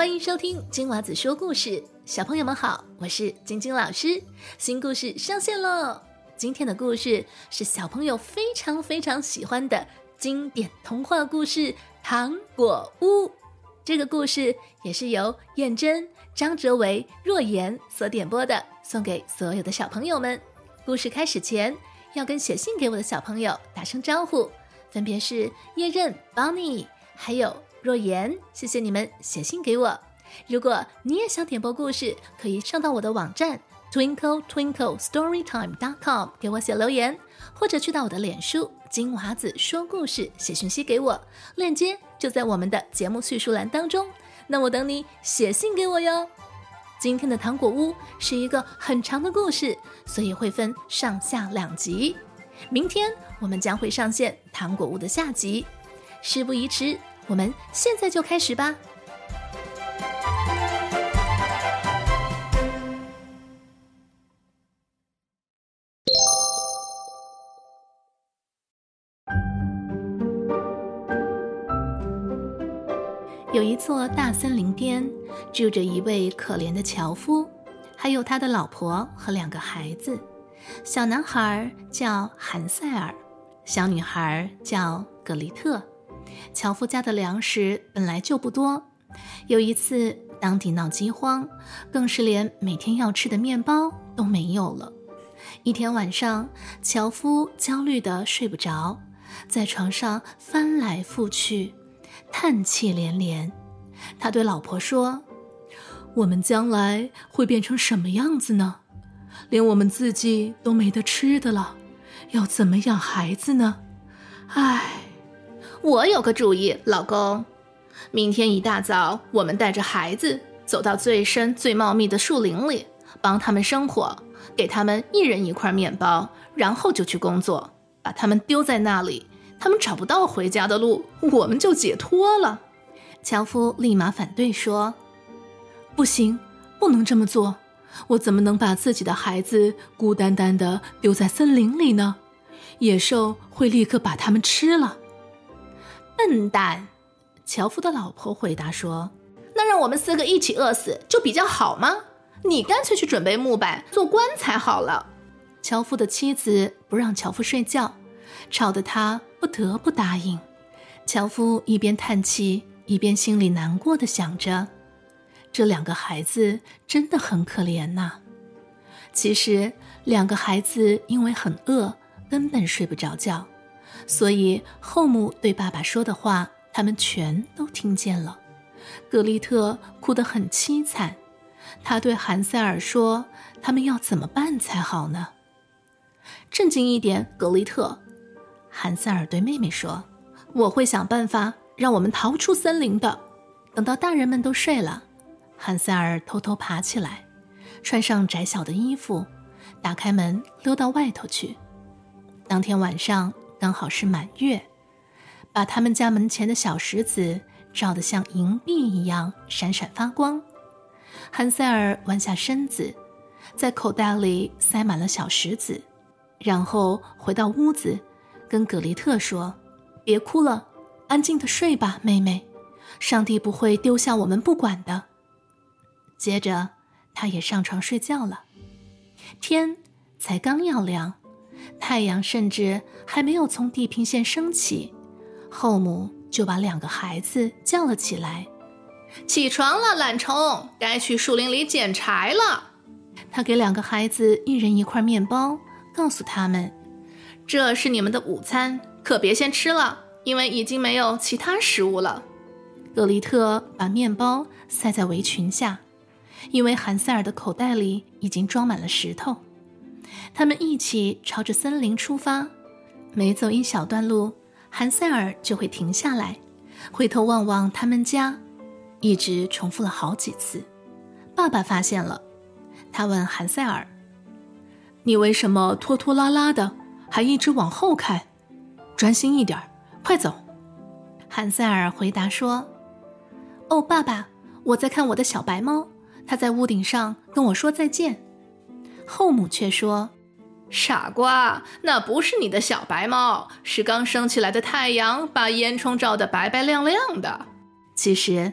欢迎收听金娃子说故事。小朋友们好，我是晶晶老师。新故事上线咯！今天的故事是小朋友非常非常喜欢的经典童话故事《糖果屋》。这个故事也是由燕珍、张哲维、若言所点播的，送给所有的小朋友们。故事开始前，要跟写信给我的小朋友打声招呼，分别是叶刃、Bonnie， 还有若言，谢谢你们写信给我。如果你也想点播故事，可以上到我的网站 twinkletwinklestorytime.com 给我写留言，或者去到我的脸书金娃子说故事写讯息给我，链接就在我们的节目叙述栏当中。那我等你写信给我哟。今天的糖果屋是一个很长的故事，所以会分上下两集。明天我们将会上线糖果屋的下集。事不宜迟，我们现在就开始吧。有一座大森林边，住着一位可怜的樵夫，还有他的老婆和2个孩子。小男孩叫韩塞尔，小女孩叫格丽特。樵夫家的粮食本来就不多，有一次当地闹饥荒，更是连每天要吃的面包都没有了。一天晚上，樵夫焦虑得睡不着，在床上翻来覆去，叹气连连。他对老婆说：我们将来会变成什么样子呢？连我们自己都没得吃的了，要怎么养孩子呢？唉。我有个主意，老公。明天一大早，我们带着孩子走到最深最茂密的树林里，帮他们生火，给他们一人一块面包，然后就去工作，把他们丢在那里，他们找不到回家的路，我们就解脱了。樵夫立马反对说：不行，不能这么做，我怎么能把自己的孩子孤单单地丢在森林里呢？野兽会立刻把他们吃了。笨蛋，樵夫的老婆回答说：那让我们4个一起饿死就比较好吗？你干脆去准备木板做棺材好了。樵夫的妻子不让樵夫睡觉，吵得他不得不答应。樵夫一边叹气，一边心里难过地想着，这2个孩子真的很可怜呐。其实2个孩子因为很饿，根本睡不着觉，所以后母对爸爸说的话，他们全都听见了。格丽特哭得很凄惨，她对韩塞尔说，他们要怎么办才好呢？正经一点，格丽特。韩塞尔对妹妹说，我会想办法让我们逃出森林的。等到大人们都睡了，韩塞尔偷偷爬起来，穿上窄小的衣服，打开门溜到外头去。当天晚上刚好是满月，把他们家门前的小石子照得像银币一样闪闪发光。韩塞尔弯下身子，在口袋里塞满了小石子，然后回到屋子，跟格丽特说：别哭了，安静地睡吧，妹妹，上帝不会丢下我们不管的。接着他也上床睡觉了。天才刚要亮，太阳甚至还没有从地平线升起，后母就把2个孩子叫了起来。起床了，懒虫，该去树林里捡柴了。他给2个孩子一人一块面包，告诉他们，这是你们的午餐，可别先吃了，因为已经没有其他食物了。格丽特把面包塞在围裙下，因为韩塞尔的口袋里已经装满了石头。他们一起朝着森林出发，每走一小段路，韩塞尔就会停下来，回头望望他们家，一直重复了好几次。爸爸发现了，他问韩塞尔：你为什么拖拖拉拉的，还一直往后看？专心一点，快走。韩塞尔回答说：哦，爸爸，我在看我的小白猫，它在屋顶上跟我说再见。后母却说：傻瓜，那不是你的小白猫，是刚升起来的太阳把烟囱照得白白亮亮的。其实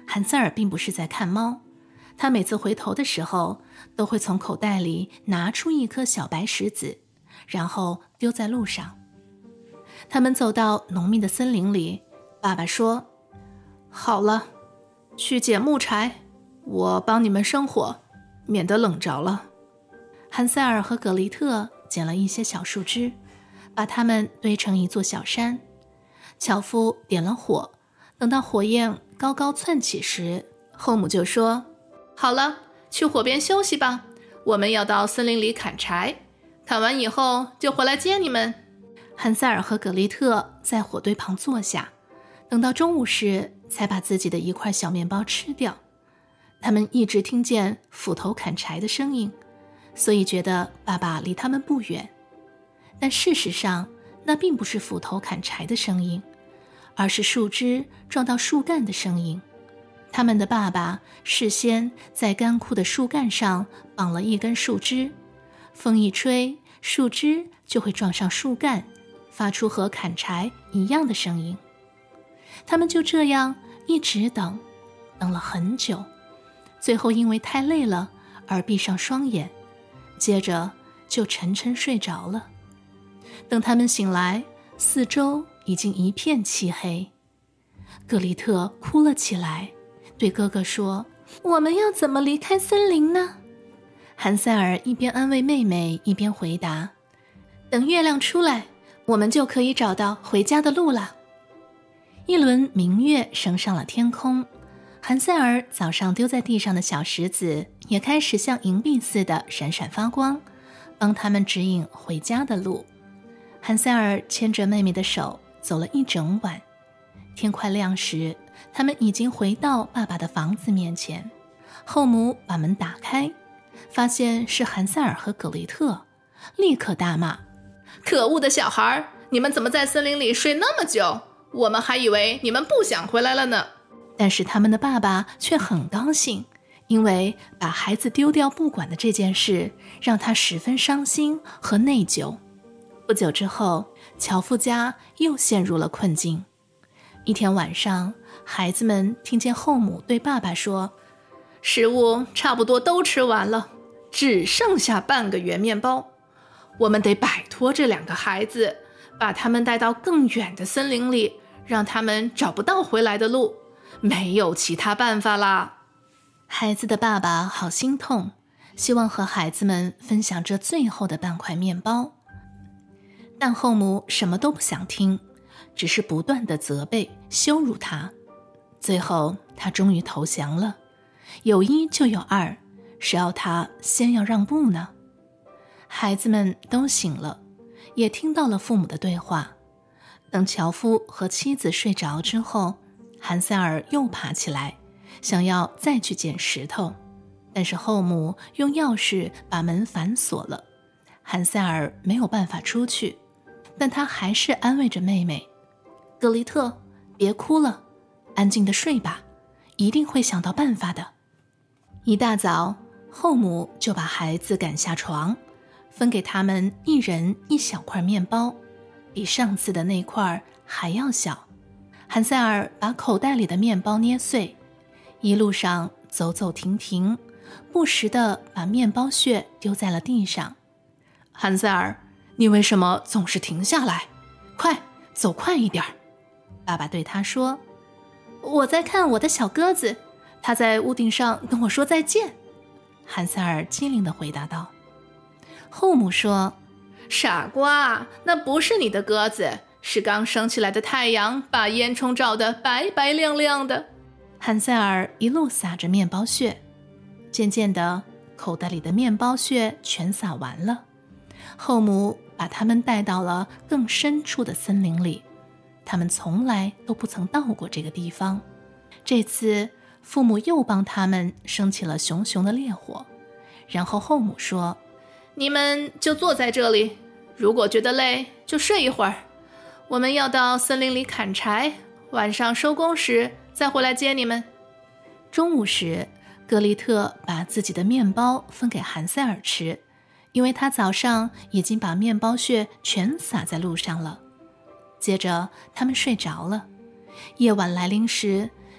韩塞尔并不是在看猫，他每次回头的时候，都会从口袋里拿出一颗小白石子，然后丢在路上。他们走到浓密的森林里，爸爸说：“好了，去捡木柴，我帮你们生火，免得冷着了。”韩塞尔和葛丽特捡了一些小树枝，把它们堆成一座小山。樵夫点了火，等到火焰高高窜起时，后母就说：“好了，去火边休息吧，我们要到森林里砍柴，砍完以后就回来接你们。”韩塞尔和葛丽特在火堆旁坐下，等到中午时才把自己的一块小面包吃掉。他们一直听见斧头砍柴的声音，所以觉得爸爸离他们不远。但事实上，那并不是斧头砍柴的声音，而是树枝撞到树干的声音。他们的爸爸事先在干枯的树干上绑了一根树枝，风一吹，树枝就会撞上树干，发出和砍柴一样的声音。他们就这样一直等了很久，最后因为太累了而闭上双眼，接着就沉沉睡着了。等他们醒来，四周已经一片漆黑。格丽特哭了起来，对哥哥说：“我们要怎么离开森林呢？”韩塞尔一边安慰妹妹，一边回答：“等月亮出来，我们就可以找到回家的路了。”一轮明月升上了天空，韩塞尔早上丢在地上的小石子也开始像银币似的闪闪发光，帮他们指引回家的路。韩塞尔牵着妹妹的手走了一整晚，天快亮时，他们已经回到爸爸的房子面前。后母把门打开，发现是韩塞尔和葛丽特，立刻大骂：“可恶的小孩，你们怎么在森林里睡那么久？我们还以为你们不想回来了呢。”但是他们的爸爸却很高兴，因为把孩子丢掉不管的这件事让他十分伤心和内疚。不久之后，樵夫家又陷入了困境。一天晚上，孩子们听见后母对爸爸说：“食物差不多都吃完了，只剩下半个圆面包。我们得摆脱这两个孩子，把他们带到更远的森林里，让他们找不到回来的路，没有其他办法啦。”孩子的爸爸好心痛，希望和孩子们分享这最后的半块面包。但后母什么都不想听，只是不断地责备、羞辱他。最后，他终于投降了。有一就有二，谁要他先要让步呢？孩子们都醒了，也听到了父母的对话。等樵夫和妻子睡着之后，韩塞尔又爬起来，想要再去捡石头，但是后母用钥匙把门反锁了。韩塞尔没有办法出去，但他还是安慰着妹妹：“格丽特，别哭了，安静地睡吧，一定会想到办法的。”一大早，后母就把孩子赶下床，分给他们一人一小块面包，比上次的那块还要小。韩塞尔把口袋里的面包捏碎，一路上走走停停，不时地把面包屑丢在了地上。“韩塞尔，你为什么总是停下来？快，走快一点。”爸爸对他说。“我在看我的小鸽子，它在屋顶上跟我说再见。”韩塞尔机灵地回答道。后母说：“傻瓜，那不是你的鸽子，是刚升起来的太阳把烟囱照得白白亮亮的。”韩塞尔一路撒着面包屑，渐渐的，口袋里的面包屑全撒完了。后母把他们带到了更深处的森林里，他们从来都不曾到过这个地方。这次父母又帮他们升起了熊熊的烈火，然后后母说：“你们就坐在这里，如果觉得累就睡一会儿，我们要到森林里砍柴，晚上收工时再回来接你们。”中午时，格丽特把自己的面包分给韩塞尔吃，因为他早上已经把面包屑全撒在路上了。接着他们睡着了。夜晚来临时，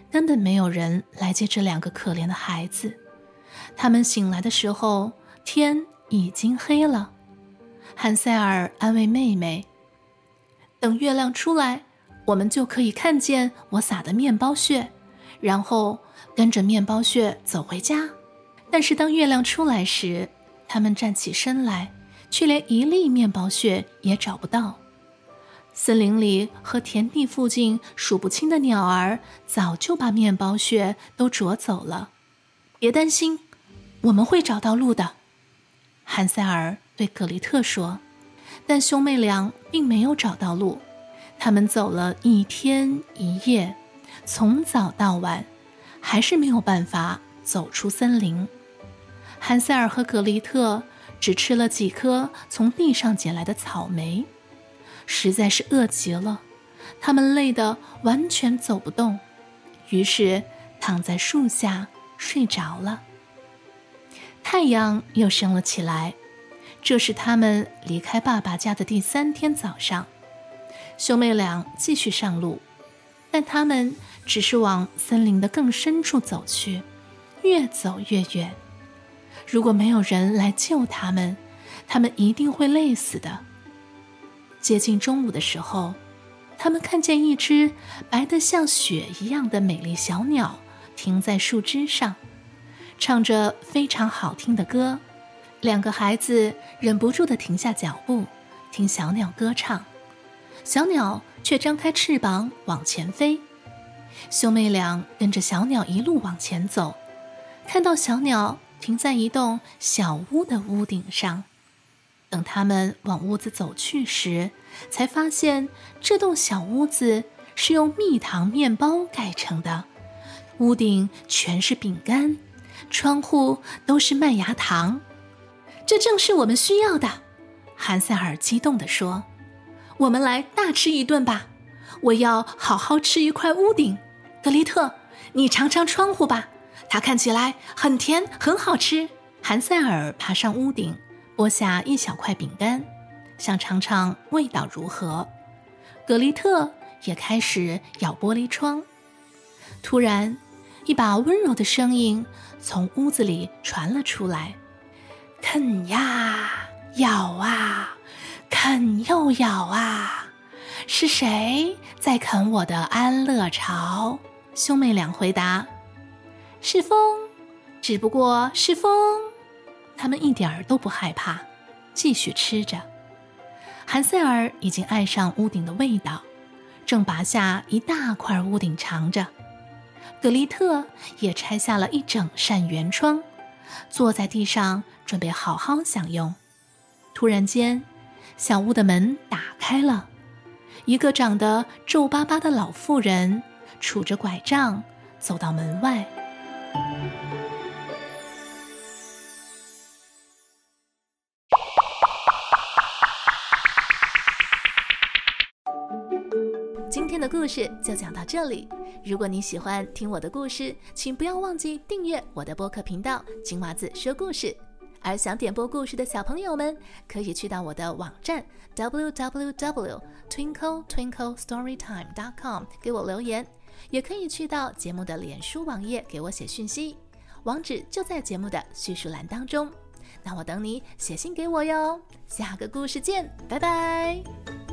根本没有人来接这2个可怜的孩子。他们醒来的时候，天已经黑了。韩塞尔安慰妹妹，等月亮出来，我们就可以看见我撒的面包屑，然后跟着面包屑走回家。但是当月亮出来时，他们站起身来，却连一粒面包屑也找不到。森林里和田地附近数不清的鸟儿早就把面包屑都啄走了。别担心，我们会找到路的，韩塞尔对格丽特说。但兄妹俩并没有找到路，他们走了1天1夜，从早到晚，还是没有办法走出森林。韩塞尔和格丽特只吃了几颗从地上捡来的草莓，实在是饿极了，他们累得完全走不动，于是躺在树下睡着了。太阳又升了起来，这是他们离开爸爸家的第3天早上。兄妹俩继续上路，但他们只是往森林的更深处走去，越走越远。如果没有人来救他们，他们一定会累死的。接近中午的时候，他们看见一只白得像雪一样的美丽小鸟停在树枝上，唱着非常好听的歌。2个孩子忍不住地停下脚步，听小鸟歌唱。小鸟却张开翅膀往前飞。兄妹俩跟着小鸟一路往前走，看到小鸟停在一栋小屋的屋顶上。等他们往屋子走去时，才发现这栋小屋子是用蜜糖面包盖成的，屋顶全是饼干，窗户都是麦芽糖。这正是我们需要的，韩塞尔激动地说。我们来大吃一顿吧，我要好好吃一块屋顶。格丽特，你尝尝窗户吧，它看起来很甜，很好吃。韩塞尔爬上屋顶，剥下一小块饼干，想尝尝味道如何。格丽特也开始咬玻璃窗。突然，一把温柔的声音从屋子里传了出来：啃呀，咬啊，啃又咬啊，是谁在啃我的安乐巢？兄妹俩回答：是风，只不过是风。他们一点儿都不害怕，继续吃着。韩塞尔已经爱上屋顶的味道，正拔下一大块屋顶尝着。格丽特也拆下了一整扇圆窗，坐在地上准备好好享用。突然间，小屋的门打开了，一个长得皱巴巴的老妇人杵着拐杖走到门外。今天的故事就讲到这里。如果你喜欢听我的故事，请不要忘记订阅我的播客频道金娃子说故事。而想点播故事的小朋友们，可以去到我的网站 www.twinkletwinklestorytime.com 给我留言，也可以去到节目的脸书网页给我写讯息，网址就在节目的叙述栏当中。那我等你写信给我哟。下个故事见，拜拜。